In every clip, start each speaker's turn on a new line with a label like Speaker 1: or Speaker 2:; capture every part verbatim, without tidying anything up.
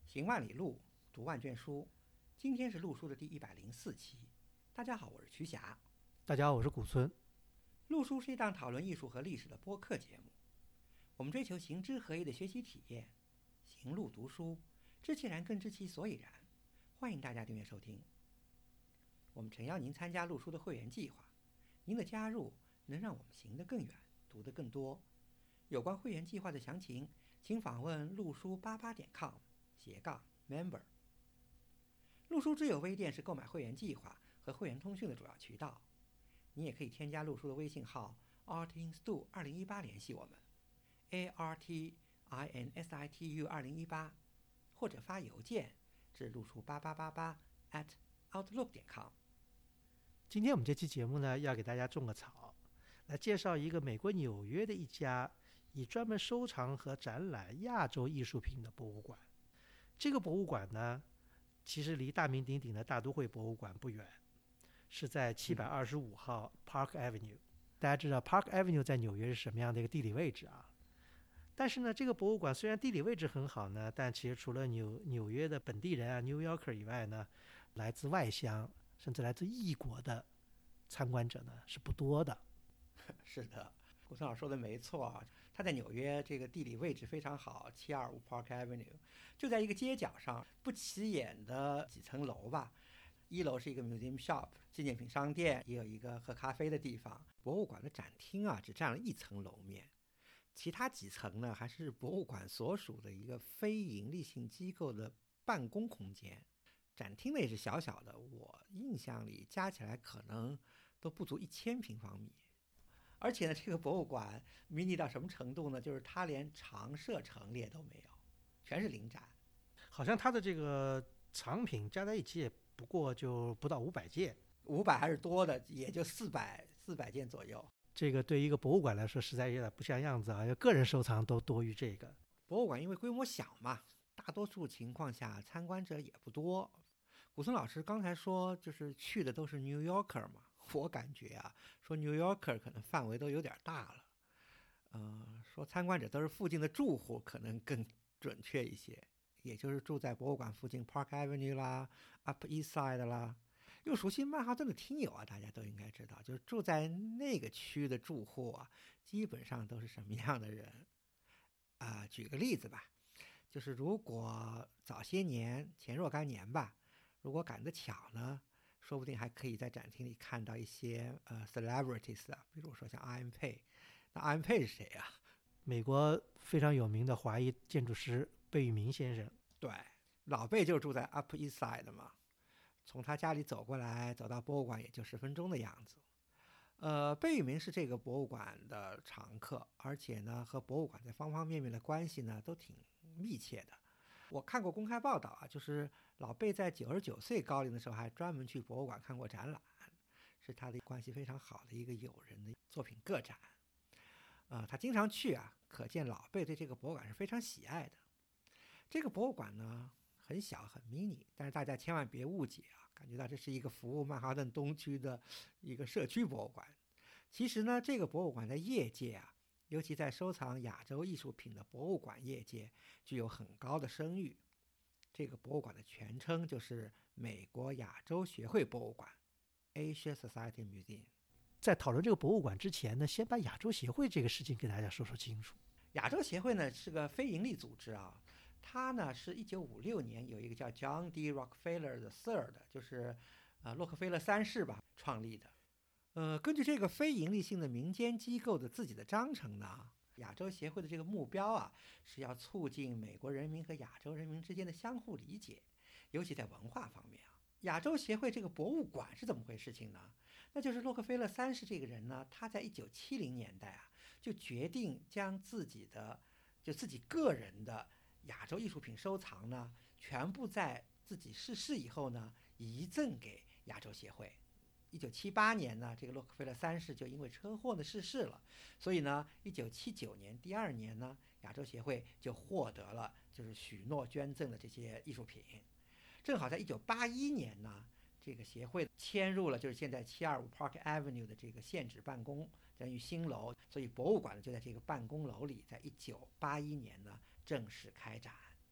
Speaker 1: 行万里路，读万卷书。今天是陆书的第一百零四期。大家好，我是瞿霞。
Speaker 2: 大家好，我是古村。
Speaker 1: 陆书是一档讨论艺术和历史的播客节目。我们追求行知合一的学习体验，行路读书，知其然更知其所以然。欢迎大家订阅收听。我们诚邀您参加陆书的会员计划，您的加入能让我们行得更远，读得更多。有关会员计划的详情，请访问陆书八八点 com 斜杠 member。陆书之友微店是购买会员计划和会员通讯的主要渠道。你也可以添加陆书的微信号 artinstu 二零一八联系我们 A R T I N S I T U 二零一八，或者发邮件至陆书八八八八 at outlook 点 com。
Speaker 2: 今天我们这期节目呢，要给大家种个草，来介绍一个美国纽约的一家以专门收藏和展览亚洲艺术品的博物馆。这个博物馆呢，其实离大名鼎鼎的大都会博物馆不远，是在七百二十五号 Park Avenue。大家知道 Park Avenue 在纽约是什么样的一个地理位置啊？但是呢，这个博物馆虽然地理位置很好呢，但其实除了纽纽约的本地人啊 New Yorker 以外呢，来自外乡甚至来自异国的参观者呢是不多的。
Speaker 1: 是的，古村老师说的没错啊，他在纽约这个地理位置非常好，七二五 Park Avenue 就在一个街角上，不起眼的几层楼吧。一楼是一个 museum shop 纪念品商店，也有一个喝咖啡的地方。博物馆的展厅啊，只占了一层楼面，其他几层呢，还是博物馆所属的一个非营利性机构的办公空间。展厅呢也是小小的，我印象里加起来可能都不足一千平方米。而且呢，这个博物馆迷你到什么程度呢？就是它连常设陈列都没有，全是临展。
Speaker 2: 好像它的这个藏品加在一起也不过就不到五百件，
Speaker 1: 五百还是多的，也就四百四百件左右。
Speaker 2: 这个对于一个博物馆来说实在有点不像样子啊！个人收藏都多于这个。
Speaker 1: 博物馆因为规模小嘛，大多数情况下参观者也不多。古村老师刚才说，就是去的都是 New Yorker 嘛，我感觉啊，说 New Yorker 可能范围都有点大了。呃，说参观者都是附近的住户，可能更准确一些，也就是住在博物馆附近 Park Avenue 啦、Upper East Side 啦。又熟悉曼哈顿的听友啊，大家都应该知道，就是住在那个区的住户啊，基本上都是什么样的人啊、呃？举个例子吧，就是如果早些年前若干年吧，如果赶得巧呢，说不定还可以在展厅里看到一些呃 celebrities 啊，比如说像 I M Pei。那 I M Pei 是谁啊？
Speaker 2: 美国非常有名的华裔建筑师贝聿铭先生。
Speaker 1: 对，老贝就住在 Upper East Side 的嘛。从他家里走过来，走到博物馆也就十分钟的样子。呃，贝聿铭是这个博物馆的常客，而且呢，和博物馆在方方面面的关系呢都挺密切的。我看过公开报道啊，就是老贝在九十九岁高龄的时候，还专门去博物馆看过展览，是他的关系非常好的一个友人的作品个展。呃，他经常去啊，可见老贝对这个博物馆是非常喜爱的。这个博物馆呢，很小很 mini， 但是大家千万别误解啊，感觉到这是一个服务曼哈顿东区的一个社区博物馆。其实呢，这个博物馆在业界啊，尤其在收藏亚洲艺术品的博物馆业界，具有很高的声誉。这个博物馆的全称就是美国亚洲学会博物馆 （Asia Society Museum）。
Speaker 2: 在讨论这个博物馆之前呢，先把亚洲协会这个事情给大家说说清楚。
Speaker 1: 亚洲协会呢是个非营利组织啊，它呢是一九五六年有一个叫 John D. Rockefeller 的 Third， 就是呃洛克菲勒三世吧创立的。呃，根据这个非营利性的民间机构的自己的章程呢，亚洲协会的这个目标啊是要促进美国人民和亚洲人民之间的相互理解，尤其在文化方面啊。亚洲协会这个博物馆是怎么回事情呢？那就是洛克菲勒三世这个人呢，他在一九七零年代啊，就决定将自己的就自己个人的亚洲艺术品收藏呢，全部在自己逝世以后呢，遗赠给亚洲协会。一九七八年呢，这个洛克菲勒三世就因为车祸呢逝世了，所以呢，一九七九年第二年呢，亚洲协会就获得了就是许诺捐赠的这些艺术品。正好在一九八一年呢，这个协会迁入了就是现在七二五 Park Avenue 的这个现址办公，等于新楼，所以博物馆呢就在这个办公楼里，在一九八一年呢正式开展。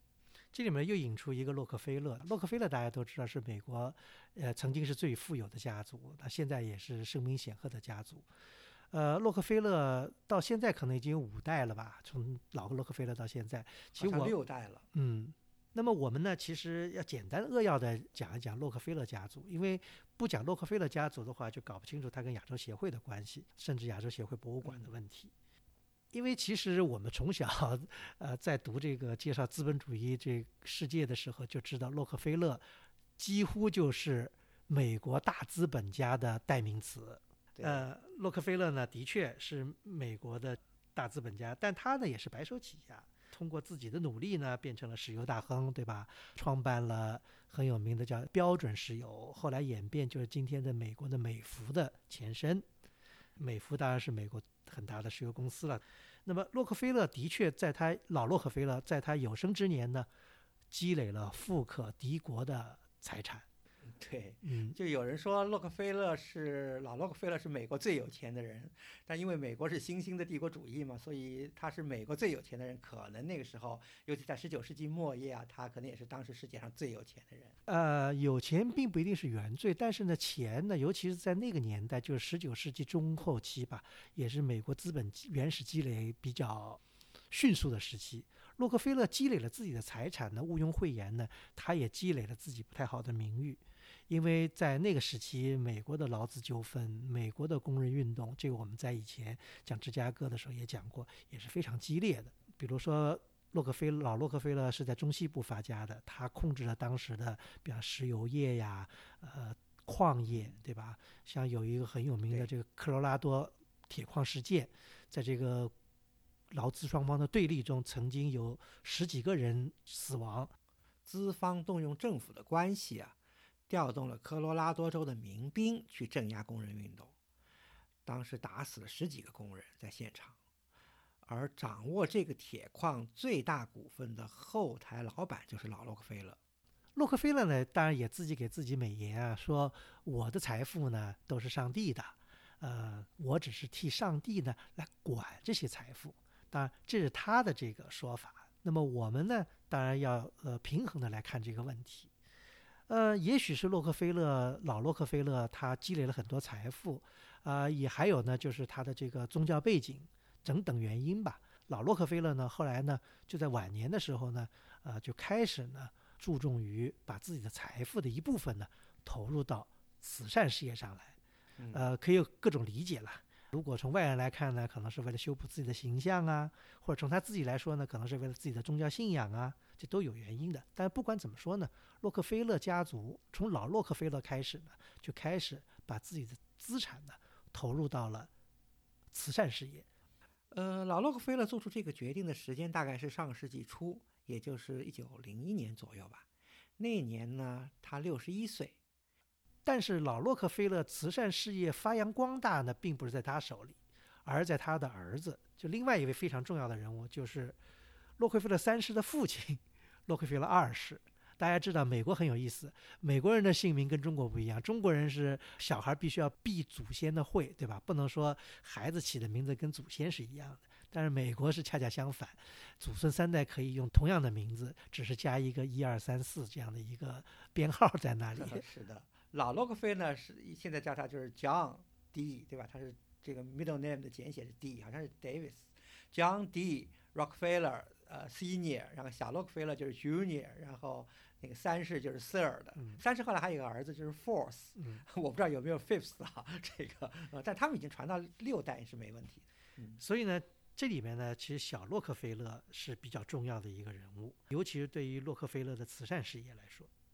Speaker 2: 这里面又引出一个洛克菲勒。洛克菲勒大家都知道是美国，呃，曾经是最富有的家族，那现在也是声名显赫的家族。呃，洛克菲勒到现在可能已经有五代了吧，从老洛克菲勒到现在，其实
Speaker 1: 好像
Speaker 2: 我
Speaker 1: 六代了。
Speaker 2: 嗯。那么我们呢，其实要简单扼要的讲一讲洛克菲勒家族，因为不讲洛克菲勒家族的话，就搞不清楚他跟亚洲协会的关系，甚至亚洲协会博物馆的问题。因为其实我们从小呃在读这个介绍资本主义这世界的时候，就知道洛克菲勒几乎就是美国大资本家的代名词。呃，洛克菲勒呢，的确是美国的大资本家，但他呢也是白手起家。通过自己的努力呢，变成了石油大亨，对吧？创办了很有名的叫标准石油，后来演变就是今天的美国的美孚的前身。美孚当然是美国很大的石油公司了。那么洛克菲勒的确在他老洛克菲勒在他有生之年呢，积累了富可敌国的财产。
Speaker 1: 对，
Speaker 2: 嗯，
Speaker 1: 就有人说洛克菲勒是老洛克菲勒是美国最有钱的人，但因为美国是新兴的帝国主义嘛，所以他是美国最有钱的人。可能那个时候，尤其在十九世纪末叶啊，他可能也是当时世界上最有钱的人。
Speaker 2: 呃，有钱并不一定是原罪，但是呢，钱呢，尤其是在那个年代，就是十九世纪中后期吧，也是美国资本原始积累比较迅速的时期。洛克菲勒积累了自己的财产呢，毋庸讳言呢，他也积累了自己不太好的名誉。因为在那个时期，美国的劳资纠纷、美国的工人运动，这个我们在以前讲芝加哥的时候也讲过，也是非常激烈的。比如说，洛克菲勒老洛克菲勒是在中西部发家的，他控制了当时的，比方石油业呀、呃矿业，对吧？像有一个很有名的这个科罗拉多铁矿事件，在这个劳资双方的对立中，曾经有十几个人死亡。
Speaker 1: 资方动用政府的关系啊，调动了科罗拉多州的民兵去镇压工人运动，当时打死了十几个工人在现场。而掌握这个铁矿最大股份的后台老板就是老洛克菲勒。
Speaker 2: 洛克菲勒呢，当然也自己给自己美言啊，说我的财富呢都是上帝的，呃，我只是替上帝呢来管这些财富。当然，这是他的这个说法。那么我们呢，当然要呃平衡的来看这个问题。呃，也许是洛克菲勒老洛克菲勒他积累了很多财富，啊、呃，也还有呢，就是他的这个宗教背景等等原因吧。老洛克菲勒呢，后来呢，就在晚年的时候呢，呃，就开始呢注重于把自己的财富的一部分呢投入到慈善事业上来，呃，可以有各种理解了。如果从外人来看呢，可能是为了修补自己的形象啊，或者从他自己来说呢，可能是为了自己的宗教信仰啊，这都有原因的。但不管怎么说呢，洛克菲勒家族从老洛克菲勒开始呢，就开始把自己的资产呢投入到了慈善事业。
Speaker 1: 呃，老洛克菲勒做出这个决定的时间大概是上世纪初，也就是一九零一年左右吧。那年呢，他六十一岁。
Speaker 2: 但是老洛克菲勒慈善事业发扬光大呢，并不是在他手里，而在他的儿子，就另外一位非常重要的人物，就是洛克菲勒三世的父亲洛克菲勒二世。大家知道美国很有意思，美国人的姓名跟中国不一样，中国人是小孩必须要避祖先的讳，对吧？不能说孩子起的名字跟祖先是一样的。但是美国是恰恰相反，祖孙三代可以用同样的名字，只是加一个一二三四这样的一个编号在那里。
Speaker 1: 是的，老洛克菲勒是现在叫他就是 John D， 对吧？他是这个 middle name 的简写是 D， 好像是 Davis。John D Rockefeller 呃 Senior， 然后小洛克菲勒就是 Junior， 然后那个三世就是 Third，、嗯、三世后来还有一个儿子就是 Fourth，、嗯、我不知道有没有 Fifth 啊，这个、呃、但他们已经传到六代是没问题。
Speaker 2: 嗯，所以呢，这里面呢，其实小洛克菲勒是比较重要的一个人物，尤其是对于洛克菲勒的慈善事业来说。